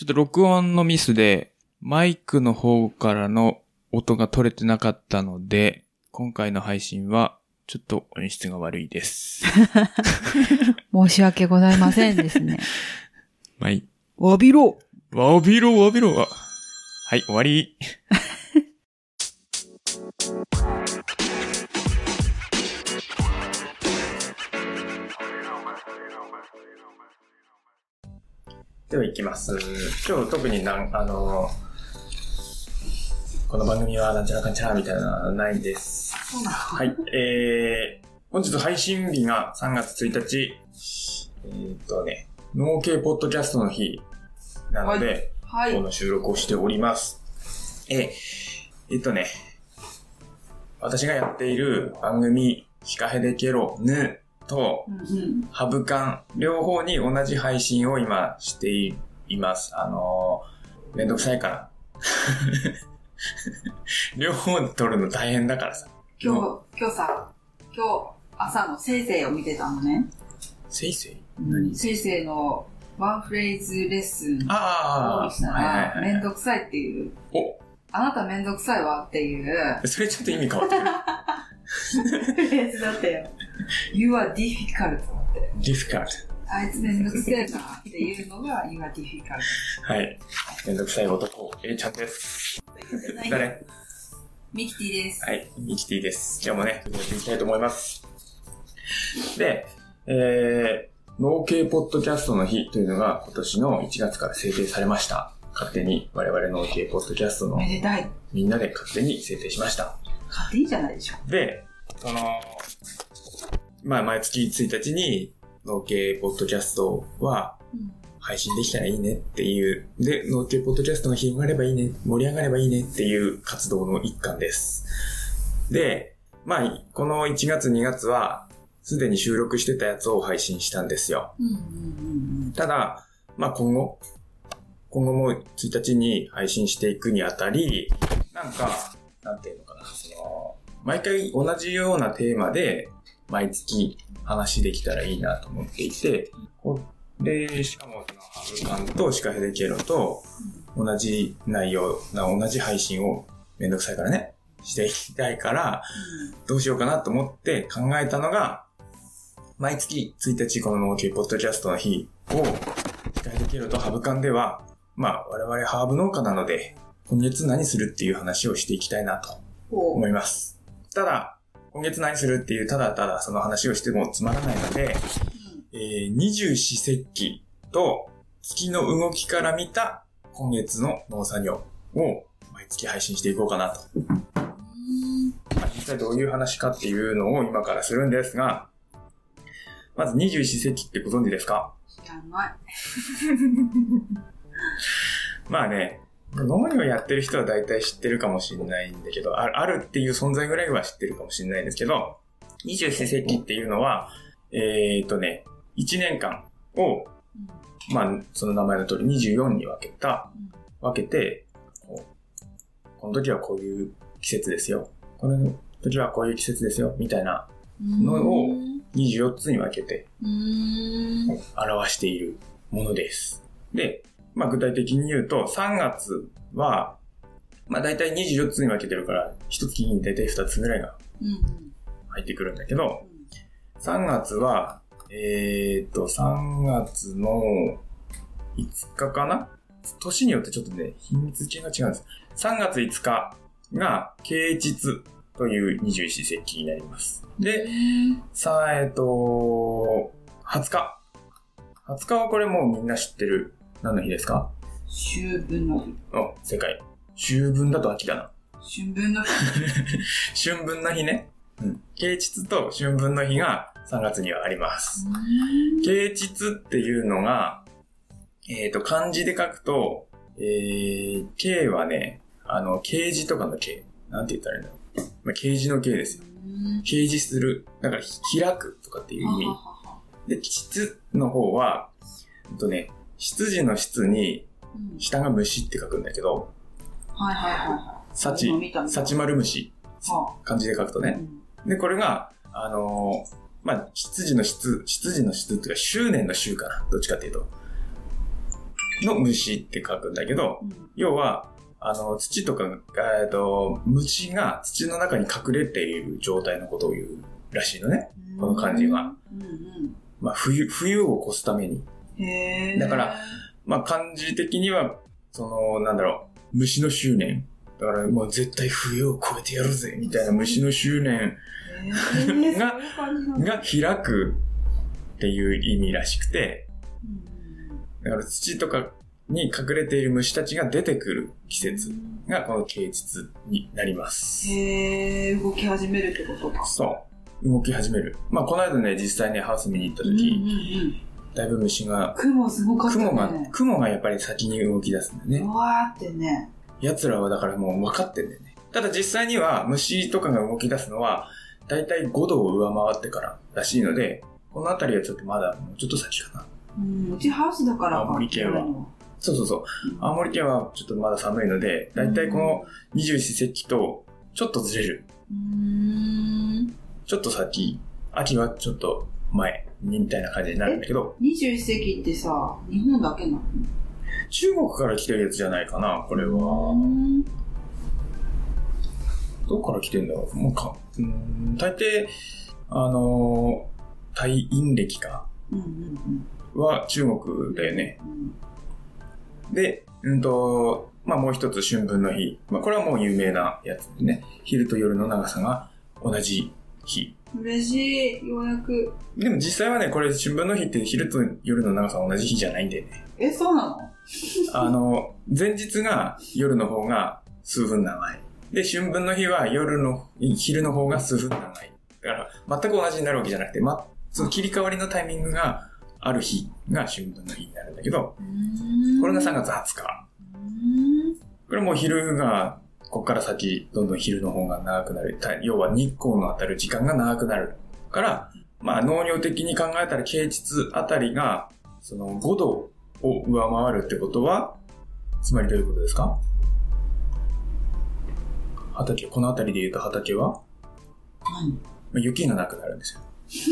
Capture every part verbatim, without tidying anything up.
ちょっと録音のミスでマイクの方からの音が取れてなかったので、今回の配信はちょっと音質が悪いです。 申し訳ございませんですね。 はい。 わびろわびろわびろはい、終わり。では行きます。今日特になん、あの、この番組はなんちゃらかんちゃらみたいなのはないんです。 そうなの？ はい。えー、本日配信日がさんがつついたち、えーっとね、農系ポッドキャストの日なので、はいはい、この収録をしております。えー、えーっとね、私がやっている番組、シカヘデケロヌと、うんうん、ハブカン、両方に同じ配信を今しています。あのー、めんどくさいから。両方撮るの大変だからさ。 今日、今日さ、今日朝のせいせいを見てたのね。 せいせい？ 何？せいせいのワンフレーズレッスンをしたら、 はいはいはい、 めんどくさいっていう。 おあなためんどくさいわっていう。 それちょっと意味変わってる。 フレーズだったよ。You are difficult って。 difficult。 あいつめんどくせえなっていうのが You are difficult。 はい。めんどくさい男、A ちゃんです。誰？ ミキティです。 はい。ミキティです。今日もね、やっていきたいと思います。で、えー、農系ポッドキャストの日というのが今年のいちがつから制定されました。勝手に我々農系ポッドキャストのめでたい。 みんなで勝手に制定しました。 勝手にじゃないでしょ。 で、その、まあ毎月ついたちに農系ポッドキャストは配信できたらいいねっていう、で、農系ポッドキャストが広がればいいね、盛り上がればいいねっていう活動の一環です。で、まあこのいちがつにがつはすでに収録してたやつを配信したんですよ。 うんうんうんうん、ただ、まあ今後、今後もついたちに配信していくにあたり、なんか、なんていうのかな、その、毎回同じようなテーマで、毎月話できたらいいなと思っていて、で、しかもそのハブカンとシカヘデケロと同じ内容な同じ配信をめんどくさいからね、していきたいから、どうしようかなと思って考えたのが、毎月ついたちこの農系ポッドキャストの日を、シカヘデケロとハブカンでは、まあ我々ハーブ農家なので、今月何するっていう話をしていきたいなと思います。ただ、今月何するっていうただただその話をしてもつまらないので、えー、二十四節気と月の動きから見た今月の農作業を毎月配信していこうかなと。まあ、実際どういう話かっていうのを今からするんですが、まず二十四節気ってご存知ですか？ 知らない。 まあね、農業やってる人は大体知ってるかもしれないんだけど、ある、あるっていう存在ぐらいは知ってるかもしれないんですけど、二十四節気っていうのは、えーっとね、いちねんかんを、まあ、その名前の通りにじゅうよんに分けた、分けて、この時はこういう季節ですよ。この時はこういう季節ですよ。みたいなのをにじゅうよっつに分けて、表しているものです。で、まあ具体的に言うと、さんがつは、まあ大体にじゅうよっつに分けてるから、いちつきに大体ふたつぐらいが入ってくるんだけど、さんがつは、えーっと、さんがつのいつかかな？年によってちょっとね、日に付が違うんです。さんがついつかが、啓蟄という二十四節気になります。で、さあ、えーっと、はつか。はつかはこれもうみんな知ってる。何の日ですか？ 秋分の日。 お、正解。秋分だと秋だな。 春分の日。 春分の日ね。うん。啓蟄と春分の日がさんがつにはあります。啓蟄っていうのが、えっと、漢字で書くと、えー、啓はね、あの、啓示とかの啓。なんて言ったらいいんだろう。まあ、啓示の啓ですよ。啓示する。だから、開くとかっていう意味。で、蟄の方は、えっとね、羊の質に、下が虫って書くんだけど、 はいはいはいはい。 サチ、サチマル虫。漢字で書くとね。うん、で、これが、あのー、まあ、羊の質、羊の質っていうか、執念の執かな。どっちかっていうと。 の虫って書くんだけど、 うん、 要は、あの、土とか、えっと、虫が土の中に隠れている状態のことを言うらしいのね。この漢字は。 うんうん、 まあ、冬、冬を越すために。 へー。 だから、まあ、漢字的には、その、なんだろう、虫の執念。だから、もう絶対冬を越えてやるぜ、みたいな虫の執念が、が開くっていう意味らしくて、だから土とかに隠れている虫たちが出てくる季節がこの啓蟄になります。 へー、動き始めるってことか。 そう。動き始める。まあ、この間ね、実際ね、ハウス見に行った時、うんうんうん、だいぶ虫が、 雲すごかったね。 雲が、雲がやっぱり先に動き出すんだよね。 うわーってね。 奴らはだからもう分かってんだよね。ただ実際には虫とかが動き出すのは、だいたいごどを上回ってかららしいので、このあたりはちょっとまだもうちょっと先かな。 うん、うちハウスだから青森県は。そうそうそう。うん、青森県はちょっとまだ寒いので、だいたいこの二十四節気とちょっとずれる。 うーん、 ちょっと先、秋はちょっと前みたいな感じになるんだけど。 二十四節気ってさ、日本だけなの？ 中国から来てるやつじゃないかな、これは。どこから来てんだろう。もうか、うーん、大抵、あのー、大陰暦か、うんうんうん、は中国だよね。うん、で、うんと、まあもう一つ春分の日。まあこれはもう有名なやつでね。昼と夜の長さが同じ日。 嬉しい、ようやく。 でも実際はね、これ春分の日って昼と夜の長さは同じ日じゃないんだよね。 え、そうなの？ あの、前日が夜の方が数分長い。で、春分の日は夜の、昼の方が数分長い。だから、全く同じになるわけじゃなくて、ま、その切り替わりのタイミングがある日が春分の日になるんだけど、これがさんがつはつか。これもう昼が、こっから先、どんどん昼の方が長くなる。要は日光の当たる時間が長くなるから、まあ農業的に考えたら啓蟄あたりが、そのごどを上回るってことは、つまりどういうことですか？畑、このあたりで言うと畑は、 何？ まあ、雪がなくなるんですよ。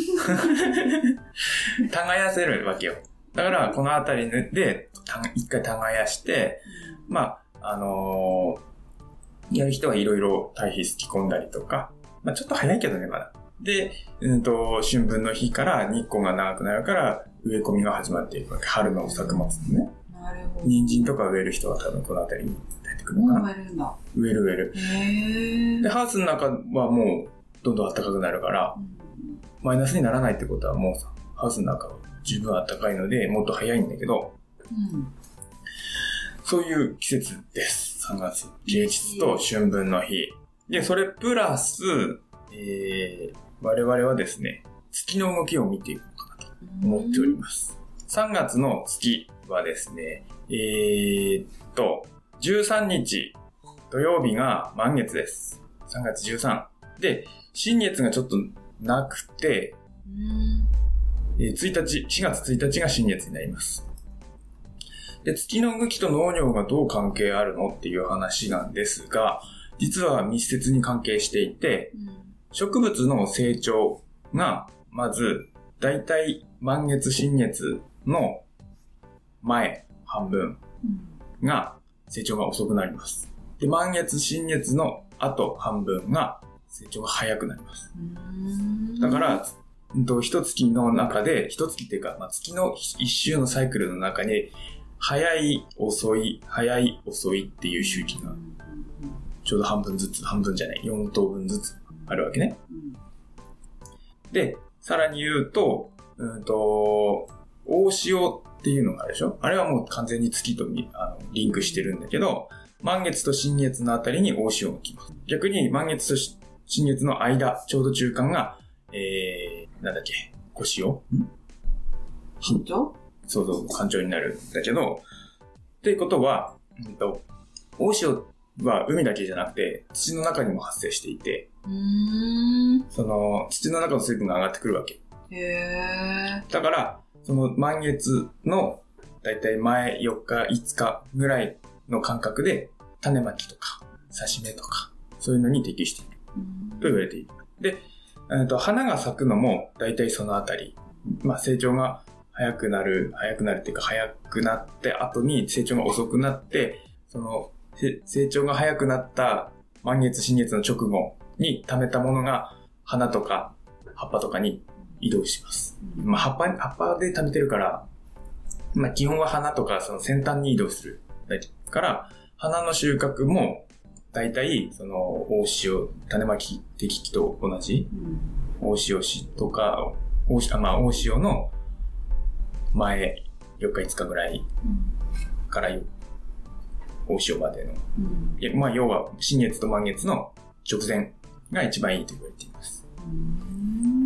耕せるわけよ。だから、このあたりで、一回耕して、まあ、あのー、やる人はいろいろ堆肥すき込んだりとか、まあ、ちょっと早いけどね、まだ。で、うんと、春分の日から日光が長くなるから、植え込みが始まっていくわけ。春の作物でね。 なるほど。 人参とか植える人は多分このあたりに出てくるのかな。 植えるんだ。 植える植える。 へー。 で、ハウスの中はもうどんどん暖かくなるから、うん、マイナスにならないってことはもうさ、ハウスの中は十分暖かいので、もっと早いんだけど、うん、そういう季節です。さんがつ。啓蟄と春分の日。で、それプラス、えー、我々はですね、月の動きを見ていこうかなと思っております。さんがつの月はですね、えーっと、じゅうさんにち土曜日が満月です。さんがつじゅうさん。で、新月がちょっとなくて、えー、ついたち、しがつついたちが新月になります。で、月の動きと農業がどう関係あるのっていう話なんですが、実は密接に関係していて、植物の成長が、まず、だいたい満月新月の前半分が成長が遅くなります。で、満月新月の後半分が成長が早くなります。だから、一月の中で、一月っていうか、まあ、月の一周のサイクルの中に、早い、遅い、早い、遅いっていう周期が、ちょうど半分ずつ、半分じゃない、よん等分ずつあるわけね。で、さらに言うと、うんと、大潮っていうのがあるでしょ？あれはもう完全に月とあのリンクしてるんだけど、満月と新月のあたりに大潮が来ます。逆に満月と新月の間、ちょうど中間が、えー、なんだっけ、小潮？ん？ 干潮？ そうそう、干潮になるんだけど、っていうことは、うんと、大潮は海だけじゃなくて、土の中にも発生していて、 うーん、 その、土の中の水分が上がってくるわけ。 へー。 だから、その満月のだいたい前よっか、いつかぐらいの間隔で種まきとか刺し芽とかそういうのに適していると言われている。で、えーと、花が咲くのもだいたいそのあたり、まあ成長が早くなる、早くなるっていうか早くなって後に成長が遅くなって、その成長が早くなった満月新月の直後に溜めたものが花とか葉っぱとかに移動します。まあ葉っぱ、葉っぱで溜めてるから、まあ基本は花とかその先端に移動する。だから、花の収穫も大体その大潮、種まき適期と同じ、うん、大潮しとか、大潮、まあ大潮の前よっかいつかぐらいから大潮までの、うん、いやまあ要は新月と満月の直前が一番いいと言われています。うん、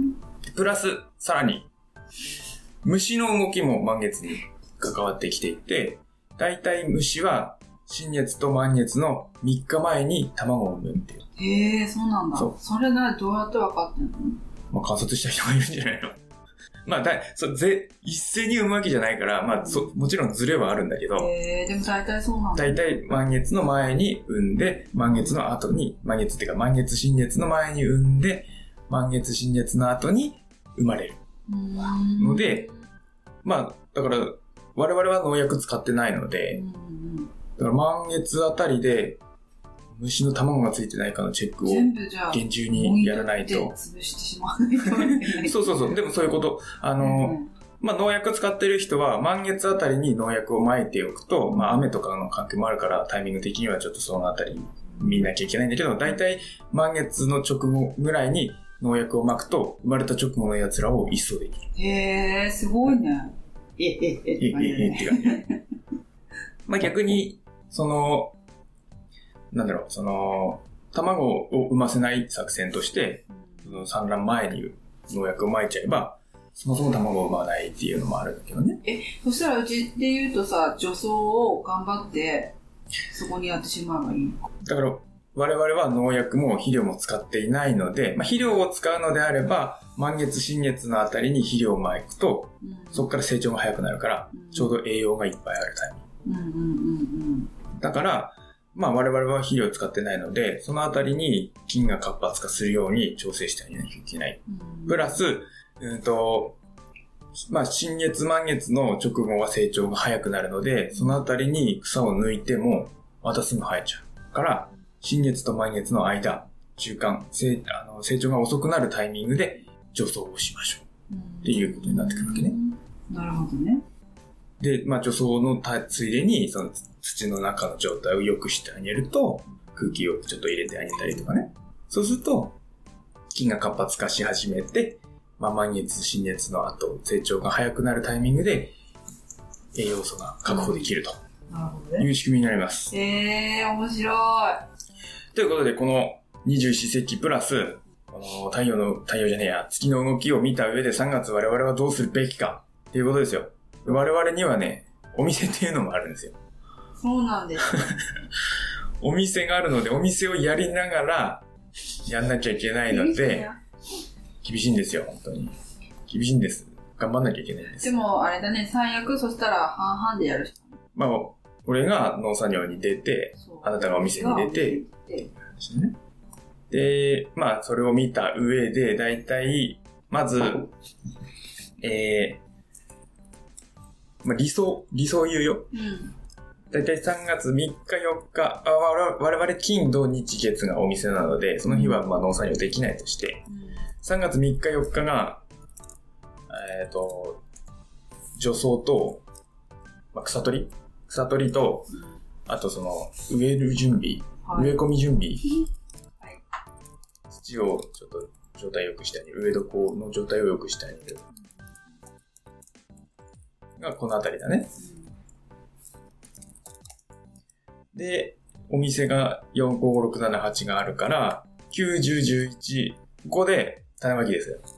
プラスさらに虫の動きも満月に関わってきていて、だいたい虫は新月と満月のみっかまえに卵を産むっていう。 へえ、そうなんだ。そ, それな、どうやって分かってんの？ まあ観察した人がいるんじゃないの？まあだい、そぜ、一斉に産むわけじゃないから、まあそ、もちろんズレはあるんだけど。 へえ、でも大体そうなんだ。 大体満月の前に産んで、満月の後に、満月っていうか満月新月の前に産んで、満月新月の後に生まれる。ので、まあ、だから、我々は農薬使ってないので、だから満月あたりで虫の卵がついてないかのチェックを厳重にやらないと。 潰してしまわないといけない。 そうそうそう。でもそういうこと。あの、うん、まあ農薬使ってる人は満月あたりに農薬を撒いておくと、まあ雨とかの関係もあるからタイミング的にはちょっとそのあたり見なきゃいけないんだけど、だいたい満月の直後ぐらいに農薬を撒くと生まれた直後のやつらを一掃できる。 へー、すごいね。えええええええって感じ。まあ逆に、その、なんだろう、その、卵を産ませない作戦として、その産卵前に農薬を撒いちゃえば、そもそも卵を産まないっていうのもあるんだけどね。 え、そしたらうちで言うとさ、除草を頑張って、そこにやってしまえばいいのか。 だから、我々は農薬も肥料も使っていないので、まあ、肥料を使うのであれば、満月新月のあたりに肥料を撒くと、うん、そこから成長が早くなるから、うん、ちょうど栄養がいっぱいあるタイミング。うんうんうんうん、だから、まあ我々は肥料を使ってないので、そのあたりに菌が活発化するように調整してあげなきゃいけない。うん、プラス、うんと、まあ新月満月の直後は成長が早くなるので、そのあたりに草を抜いてもまたすぐ生えちゃう。から、新月と満月の間、中間、成、あの成長が遅くなるタイミングで除草をしましょう。っていうことになってくるわけね。 なるほどね。 で、まあ除草のついでに、その土の中の状態を良くしてあげると、空気をちょっと入れてあげたりとかね。そうすると、菌が活発化し始めて、まあ満月、新月の後、成長が早くなるタイミングで、栄養素が確保できると。 なるほどね。 いう仕組みになります。 えー、面白い。 ということで、この二十四節気プラス、この太陽の、太陽じゃねえや、月の動きを見た上でさんがつ我々はどうするべきかっていうことですよ。我々にはね、お店っていうのもあるんですよ。 そうなんです。 お店があるので、お店をやりながらやんなきゃいけないので、厳しいんですよ、本当に。厳しいんです。頑張んなきゃいけないんです。 でも、あれだね、最悪、そしたら半々でやるしかない。 まあ、俺が農作業に出て、あなたがお店に出て、で、まあ、それを見た上で、だいたい、まず、えー、まあ、理想、理想言うよ。うん。だいたいさんがつみっかよっか、あ我々金土日月がお店なので、その日はまあ農作業できないとして、うん、さんがつみっかよっかが、えっと、除草と、まあ、草取り草取りと、うん、あとその、植える準備、はい、植え込み準備、はい、土をちょっと状態を良くしてあげる、植え床の状態を良くしてあげる。がこのあたりだね。うん、で、お店がよん、ご、ろく、なな、はちがあるから、きゅう、じゅう、じゅういち、ここで種まきですよ。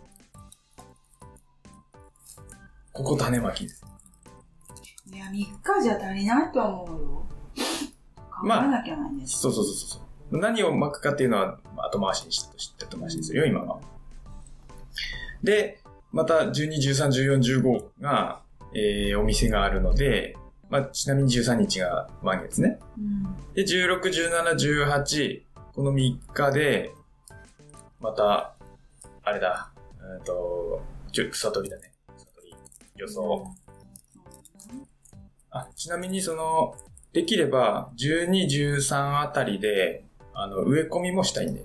ここ種まきです。 いや、みっかじゃ足りないと思うよ。考えなきゃないね。 そうそうそうそう。何を巻くかっていうのは後回しにして、後回しにするよ、今は。で、またじゅうに、じゅうさん、じゅうよん、じゅうごが、えー、お店があるので、まあ、ちなみにじゅうさんにちが満月ね。うん、で、じゅうろく、じゅうなな、じゅうはち、このみっかで、また、あれだ、えっと、草取りだね。草取り。 予想。あ、ちなみにその、できればじゅうに、じゅうさんあたりで、あの、植え込みもしたいんで。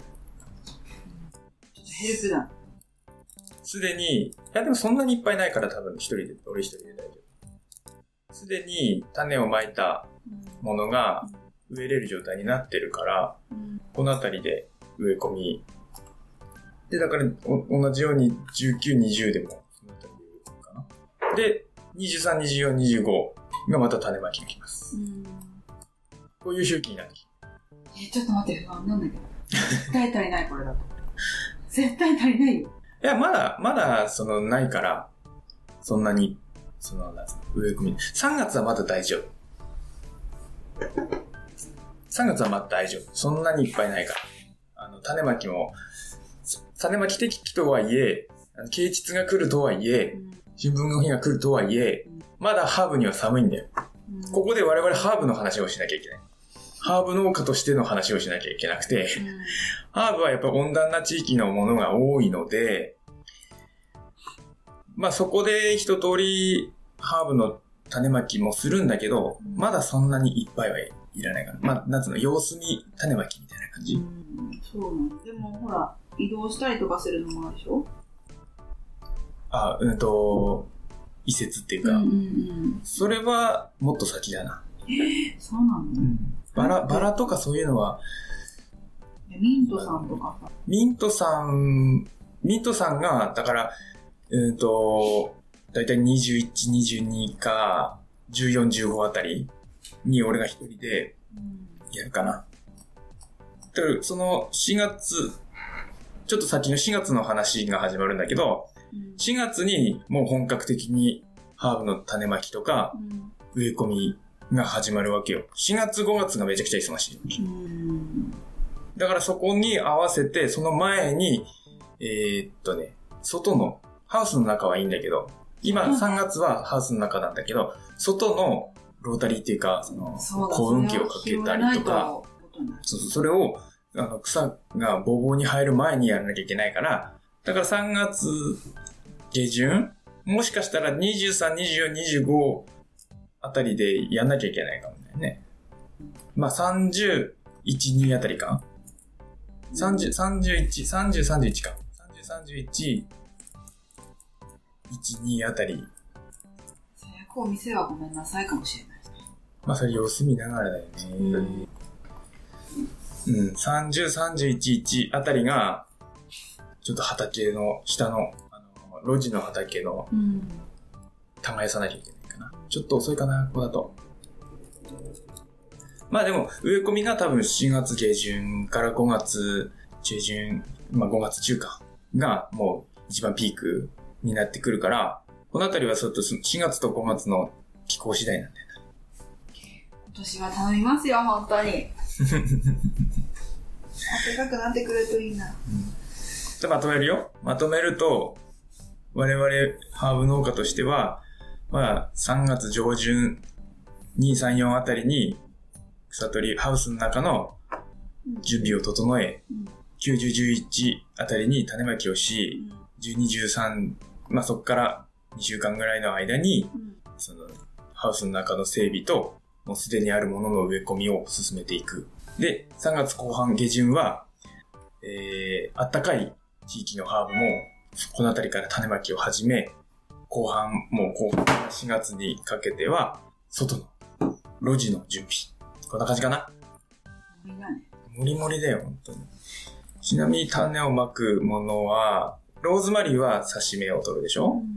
ヘルプだ。 すでに、いやでもそんなにいっぱいないから多分一人で、俺一人で大丈夫。すでに種をまいたものが植えれる状態になってるから、うん、このあたりで植え込み。で、だから同じようにじゅうきゅう、にじゅうでも、そのあたりで植え込むかな。で、にじゅうさん、にじゅうよん、にじゅうごがまた種まきがきます。うん、こういう周期になってきます。 え、ちょっと待って、不安なんだけど。絶対足りない、これだと。絶対足りないよ。 いや、まだ、まだ、その、ないから、そんなに、その、なんつうの、植え込み。さんがつはまだ大丈夫。さんがつはまだ大丈夫。そんなにいっぱいないから。あの、種まきも、種まき適期とはいえ、啓蟄が来るとはいえ、春分の日が来るとはいえ、まだハーブには寒いんだよ。ここで我々ハーブの話をしなきゃいけない。ハーブ農家としての話をしなきゃいけなくて、うん、ハーブはやっぱ温暖な地域のものが多いので、まあそこで一通りハーブの種まきもするんだけど、うん、まだそんなにいっぱいはいらないかな。まあ、なんつうの、様子見種まきみたいな感じ。うん、 そうなの。でもほら、移動したりとかするのもあるでしょ？ あ、うんと、移設っていうか、うんうんうん、それはもっと先だな。 えー、そうなの？うんバラ、バラとかそういうのは、 ミントさんとかさ。 ミントさん、ミントさんが、だから、うんと、だいたいにじゅういち、にじゅうにか、じゅうよん、じゅうごあたりに俺が一人でやるかな。だから、そのしがつ、ちょっと先のしがつの話が始まるんだけど、しがつにもう本格的にハーブの種まきとか、植え込み、が始まるわけよ。しがつごがつがめちゃくちゃ忙しい。うんだからそこに合わせて、その前に、えー、っとね、外の、ハウスの中はいいんだけど、今さんがつはハウスの中なんだけど、外のロータリーっていうか、その、耕運機をかけたりとか、そうそう、それを、あの、草がボーボーに生える前にやらなきゃいけないから、だからさんがつ下旬もしかしたらにじゅうさん、にじゅうよん、にじゅうごあたりでやんなきゃいけないかもね。まあ、さんじゅういち、にあたりか。さんじゅう、さんじゅういち、さんじゅう、さんじゅういちか。さんじゅう、さんじゅういち、いち、にあたり。 最悪お店はごめんなさいかもしれない。 まあ、それ様子見ながらだよね。うん。うん、さんじゅう、さんじゅういち、いちあたりが、ちょっと畑の、下の、あの、路地の畑の、耕さなきゃいけない。ちょっと遅いかな、ここだと。まあでも、植え込みが多分しがつ下旬からごがつ中旬、まあごがつ中か、がもう一番ピークになってくるから、このあたりはちょっとしがつとごがつの気候次第なんだよな。 今年は頼みますよ、本当に。暖かくなってくるといいな。うん、 でまとめるよ。まとめると、我々ハーブ農家としては、まあ、さんがつ上旬、に、さん、よんあたりに、草取り、ハウスの中の準備を整え、きゅう、じゅう、じゅういちあたりに種まきをし、じゅうに、じゅうさん、まあそこからにしゅうかんぐらいの間に、その、ハウスの中の整備と、もうすでにあるものの植え込みを進めていく。で、さんがつこう半下旬は、えー、あったかい地域のハーブも、このあたりから種まきを始め、後半、もう後半しがつにかけては、外の路地の準備。こんな感じかな。 盛りだね。 盛り盛りだよ、本当に。ちなみに種をまくものは、ローズマリーは刺し目を取るでしょ、うん、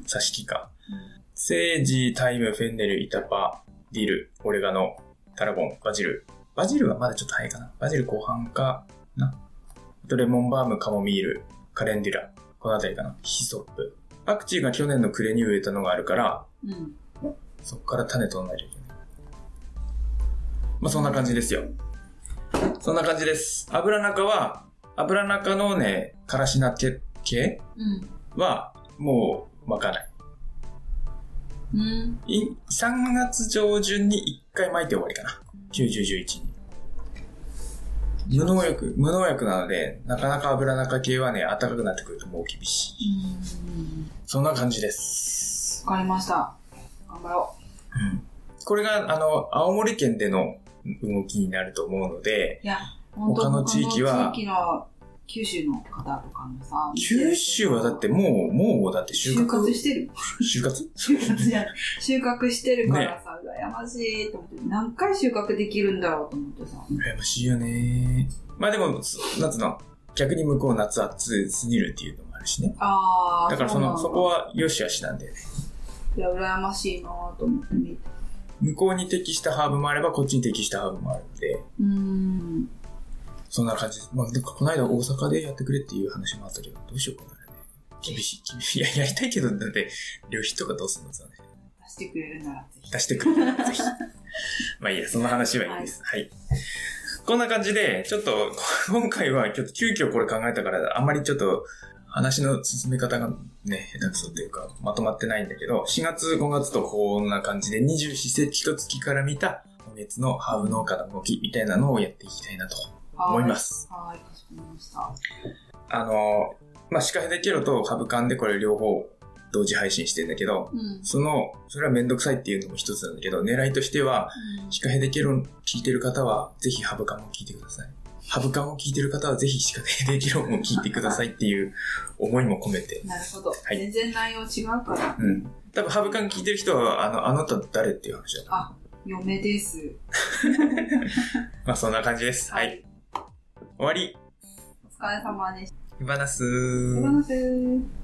刺し木か、うん。セージ、タイム、フェンネル、イタパ、ディル、オレガノ、タラゴン、バジル。バジルはまだちょっと早いかな。バジル後半かな。あとレモンバーム、カモミール、カレンデュラ。このあたりかな。ヒソップ。パクチーが去年の暮れに植えたのがあるから、うん、そこから種取んないといけない。まあそんな感じですよ。そんな感じです。油中は、油中のね、からしなけ系は、もう巻かない。うん、さんがつ上旬にいっかい巻いて終わりかな。きゅうじゅう、じゅういちに。無農薬、無農薬なので、なかなか油中系はね、暖かくなってくるともう厳しい。そんな感じです。 わかりました。頑張ろう。うん。これが、あの、青森県での動きになると思うので、 いや、本当他の地域は、 他の地域の九州の方とかもさ、 九州はだってもう、もうだって収穫。 収穫してる。 収穫収穫じゃない。収穫してるからさ、ね、羨ましいと思って、何回収穫できるんだろうと思ってさ。 羨ましいよね。まあでも、夏の、逆に向こう夏暑すぎるっていうのもあるしね。 ああ、 だからその、そこは良し悪しなんだよね。 いや、羨ましいなと思って見て。 向こうに適したハーブもあれば、こっちに適したハーブもあるので。 うーん。 そんな感じで。まあ、でこの間大阪でやってくれっていう話もあったけど、どうしようかな、ね。厳しい、厳しい。いや、やりたいけど、だって、旅費とかどうするのって話。 出してくれるならぜひ。 出してくれるならぜひ。まあいいや、その話はいいです。はい、はい。こんな感じで、ちょっと、今回はちょっと急遽これ考えたから、あんまりちょっと、話の進め方がね、下手くそっていうか、まとまってないんだけど、しがつ、ごがつとこんな感じで、二十四節気と月から見た、今月のハーブ農家の動きみたいなのをやっていきたいなと思います。 はい、かしこまりました。 あの、まあ、シカヘデケロとハブカンでこれ両方同時配信してるんだけど、うん、その、それはめんどくさいっていうのも一つなんだけど、狙いとしては、うん、シカヘデケロ聞いてる方は、ぜひハブカンも聞いてください。ハブカンを聞いてる方はぜひシカヘデケロも聞いてくださいっていう思いも込めて。 なるほど。はい、全然内容違うから。 うん。多分ハブカン聞いてる人は、あの、あなた誰っていう話だと思う。 あ、嫁です。 まあそんな感じです。はい。はい、終わり。 お疲れ様でした。 手放すー。 手放すー。